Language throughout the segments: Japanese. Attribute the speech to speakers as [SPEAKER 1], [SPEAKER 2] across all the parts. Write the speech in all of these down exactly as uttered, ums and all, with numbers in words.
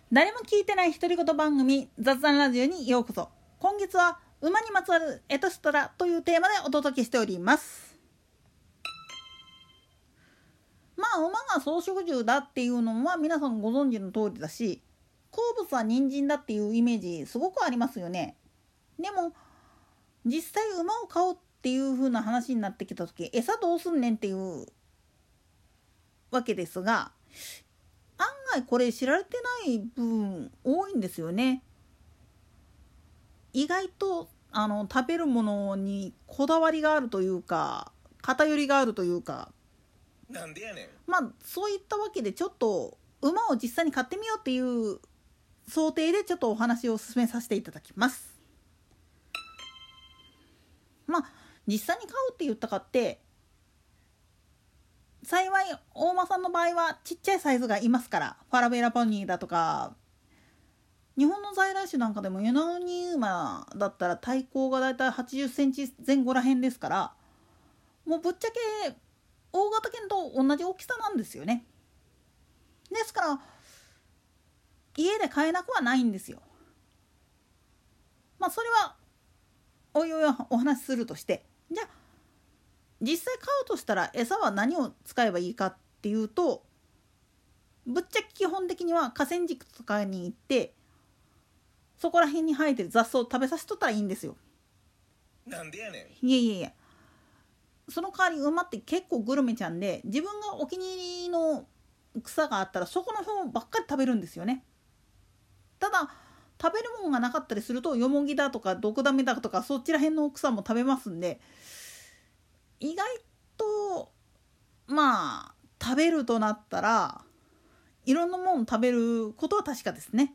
[SPEAKER 1] 誰も聞いてない独り言番組雑談ラジオにようこそ。今月は馬にまつわるエトストラというテーマでお届けしております。まあ馬が草食獣だっていうのは皆さんご存知の通りだし、好物は人参だっていうイメージすごくありますよね。でも実際馬を飼おうっていう風な話になってきた時、餌どうすんねんっていうわけですが、案外これ知られてない部分多いんですよね。意外とあの食べるものにこだわりがあるというか、偏りがあるというか、
[SPEAKER 2] なんでやねん。
[SPEAKER 1] まあそういったわけでちょっと馬を実際に飼ってみようっていう想定でちょっとお話を進めさせていただきます。まあ実際に飼うって言ったかって幸い大間さんの場合はちっちゃいサイズがいますから、ファラベラポニーだとか日本の在来種なんかでもユナニウ馬だったら体高がだいたいはちじゅっセンチ前後らへんですから、もうぶっちゃけ大型犬と同じ大きさなんですよね。ですから家で飼えなくはないんですよ。まあそれはおいおいお話しするとして、じゃあ実際飼うとしたら餌は何を使えばいいかっていうと、ぶっちゃけ基本的には河川敷とかに行ってそこら辺に生えてる雑草を食べさせとったらいいんですよ。
[SPEAKER 2] なんでやねん。
[SPEAKER 1] いやいやいや、その代わり馬って結構グルメちゃんで、自分がお気に入りの草があったらそこの方ばっかり食べるんですよね。ただ食べるものがなかったりするとヨモギだとかドクダミだとかそっちら辺の草も食べますんで、意外とまあ食べるとなったらいろんなもの食べることは確かですね。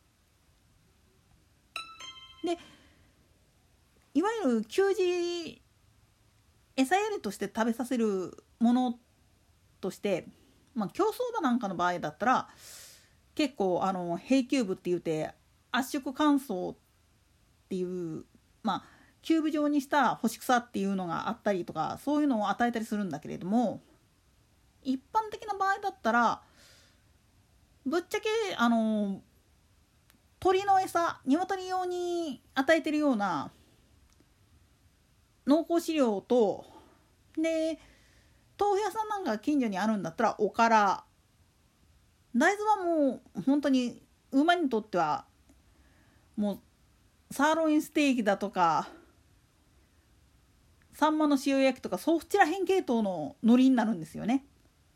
[SPEAKER 1] でいわゆる給餌餌やりとして食べさせるものとして、まあ、競走馬なんかの場合だったら結構あの平キューブって言って圧縮乾燥っていう、まあキューブ状にした干し草っていうのがあったりとか、そういうのを与えたりするんだけれども、一般的な場合だったらぶっちゃけあの鳥の餌、鶏用に与えてるような農耕飼料と、で豆腐屋さんなんか近所にあるんだったらおから大豆はもう本当に馬にとってはもうサーロインステーキだとかサンマの塩焼きとかそちら辺系統の海苔になるんですよね。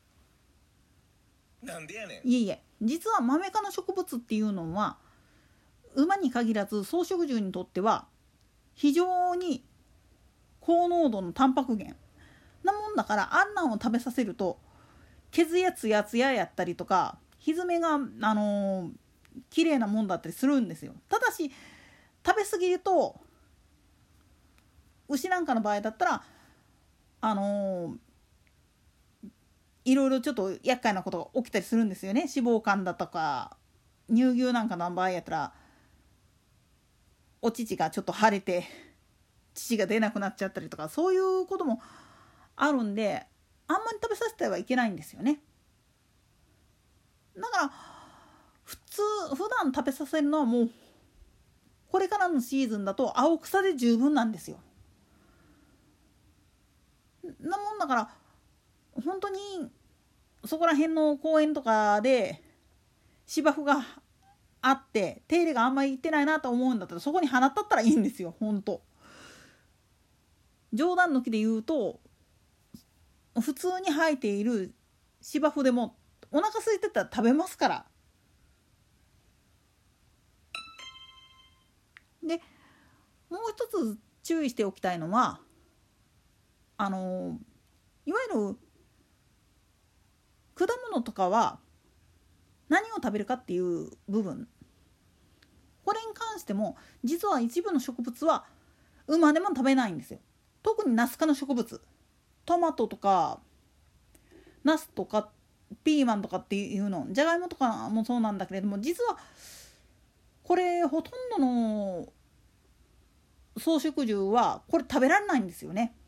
[SPEAKER 2] なんでやねん。
[SPEAKER 1] いえいえ、実はマメ科の植物っていうのは馬に限らず草食獣にとっては非常に高濃度のタンパク源なもんだから、あんなんを食べさせると毛づやつやつややったりとかひづめがあのー、綺麗なもんだったりするんですよ。ただし食べ過ぎると牛なんかの場合だったらあのー、いろいろちょっと厄介なことが起きたりするんですよね。脂肪肝だとか乳牛なんかの場合やったらお乳がちょっと腫れて乳が出なくなっちゃったりとか、そういうこともあるんで、あんまり食べさせてはいけないんですよね。だから普通普段食べさせるのはもうこれからのシーズンだと青草で十分なんですよ。なもんだから本当にそこら辺の公園とかで芝生があって手入れがあんまりいってないなと思うんだったらそこに放ったったらいいんですよ。本当冗談抜きで言うと普通に生えている芝生でもお腹空いてたら食べますから。でもう一つ注意しておきたいのはあのいわゆる果物とかは何を食べるかっていう部分、これに関しても実は一部の植物は馬でも食べないんですよ。特にナス科の植物、トマトとかナスとかピーマンとかっていうの、じゃがいもとかもそうなんだけれども、実はこれほとんどの草食獣はこれ食べられないんですよね。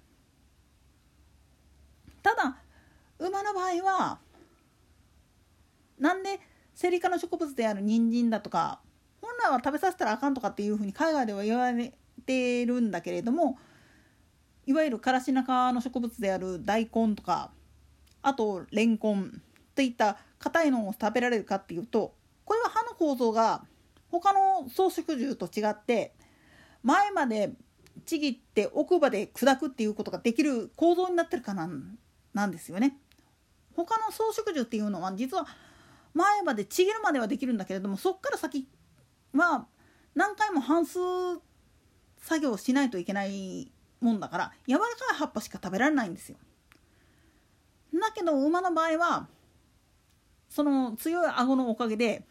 [SPEAKER 1] ただ馬の場合はなんでセリ科の植物である人参だとか、本来は食べさせたらあかんとかっていうふうに海外では言われてるんだけれども、いわゆるカラシナ科の植物である大根とか、あとレンコンといった硬いのを食べられるかっていうと、これは葉の構造が他の草食獣と違って前までちぎって奥歯で砕くっていうことができる構造になってるからなんですよね。他の草食獣っていうのは実は前歯でちぎるまではできるんだけれども、そっから先は何回も反数作業をしないといけないもんだから、柔らかい葉っぱしか食べられないんですよ。だけど馬の場合はその強い顎のおかげで、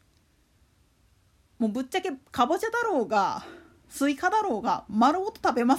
[SPEAKER 1] もうぶっちゃけかぼちゃだろうがスイカだろうが丸ごと食べます。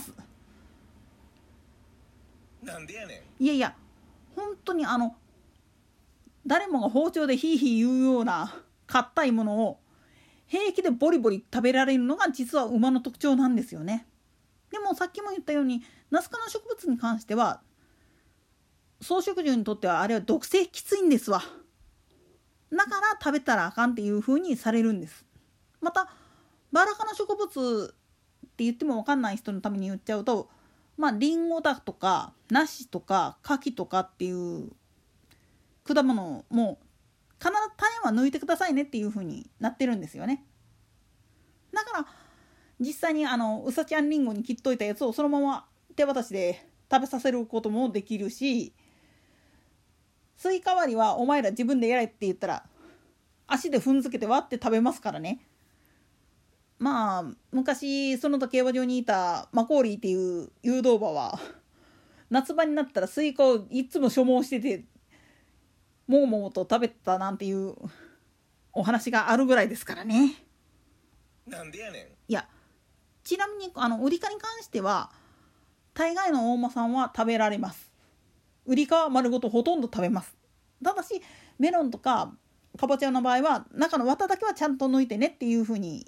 [SPEAKER 2] なんでやね
[SPEAKER 1] ん。いやいや、本当にあの誰もが包丁でヒーヒー言うような硬いものを平気でボリボリ食べられるのが実は馬の特徴なんですよね。でもさっきも言ったように、ナス科の植物に関しては草食獣にとってはあれは毒性きついんですわ。だから食べたらあかんっていう風にされるんです。またバラ科の植物って言っても分かんない人のために言っちゃうと、まあリンゴだとかナシとか柿とかっていう果物も必ず種は抜いてくださいねっていう風になってるんですよね。だから実際にあのうさちゃんりんごに切っといたやつをそのまま手渡しで食べさせることもできるし、スイカ割りはお前ら自分でやれって言ったら足で踏んづけて割って食べますからね。まあ昔その他競馬場にいたマコーリーっていう誘導馬は夏場になったらスイカをいつも所望しててもうもうと食べたなんていうお話があるぐらいですからね。
[SPEAKER 2] なんでやねん。
[SPEAKER 1] いや、ちなみにあのウリ科に関しては大概の大間さんは食べられます。ウリ科は丸ごとほとんど食べます。ただしメロンとかカボチャの場合は中の綿だけはちゃんと抜いてねっていうふうに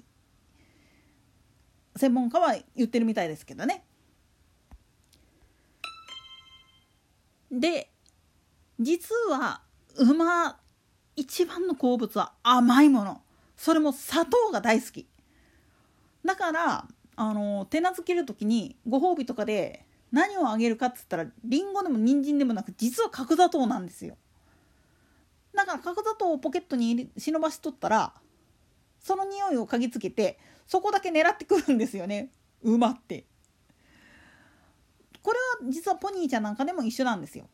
[SPEAKER 1] 専門家は言ってるみたいですけどね。で、実は馬一番の好物は甘いもの、それも砂糖が大好きだから、あの手なずけるときにご褒美とかで何をあげるかっつったらリンゴでも人参でもなく実は角砂糖なんですよ。だから角砂糖をポケットに入れ忍ばしとったらその匂いを嗅ぎつけてそこだけ狙ってくるんですよね、馬って。これは実はポニーちゃんなんかでも一緒なんですよ。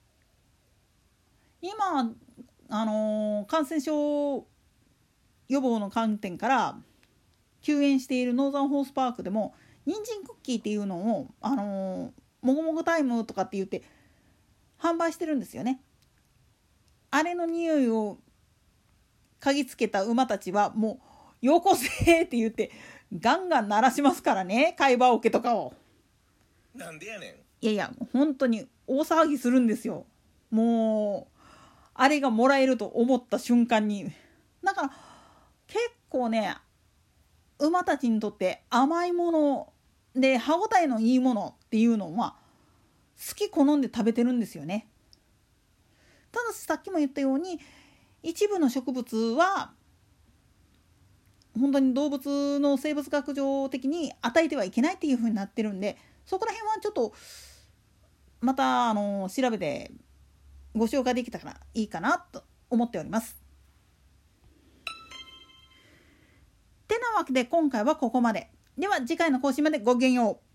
[SPEAKER 1] 今あのー、感染症予防の観点から休園しているノーザンホースパークでも人参クッキーっていうのを、あのー、もごもごタイムとかって言って販売してるんですよね。あれの匂いを嗅ぎつけた馬たちはもうよこせって言ってガンガン鳴らしますからね、貝羽桶とかを。
[SPEAKER 2] なんでやねん。
[SPEAKER 1] いやいや本当に大騒ぎするんですよ。もうあれがもらえると思った瞬間に。だから結構ね、馬たちにとって甘いもので歯ごたえのいいものっていうのは好き好んで食べてるんですよね。ただしさっきも言ったように一部の植物は本当に動物の生物学上的に与えてはいけないっていう風になってるんで、そこら辺はちょっとまたあの調べてご紹介できたからいいかなと思っております。てなわけで今回はここまで。では次回の更新までごきげんよう。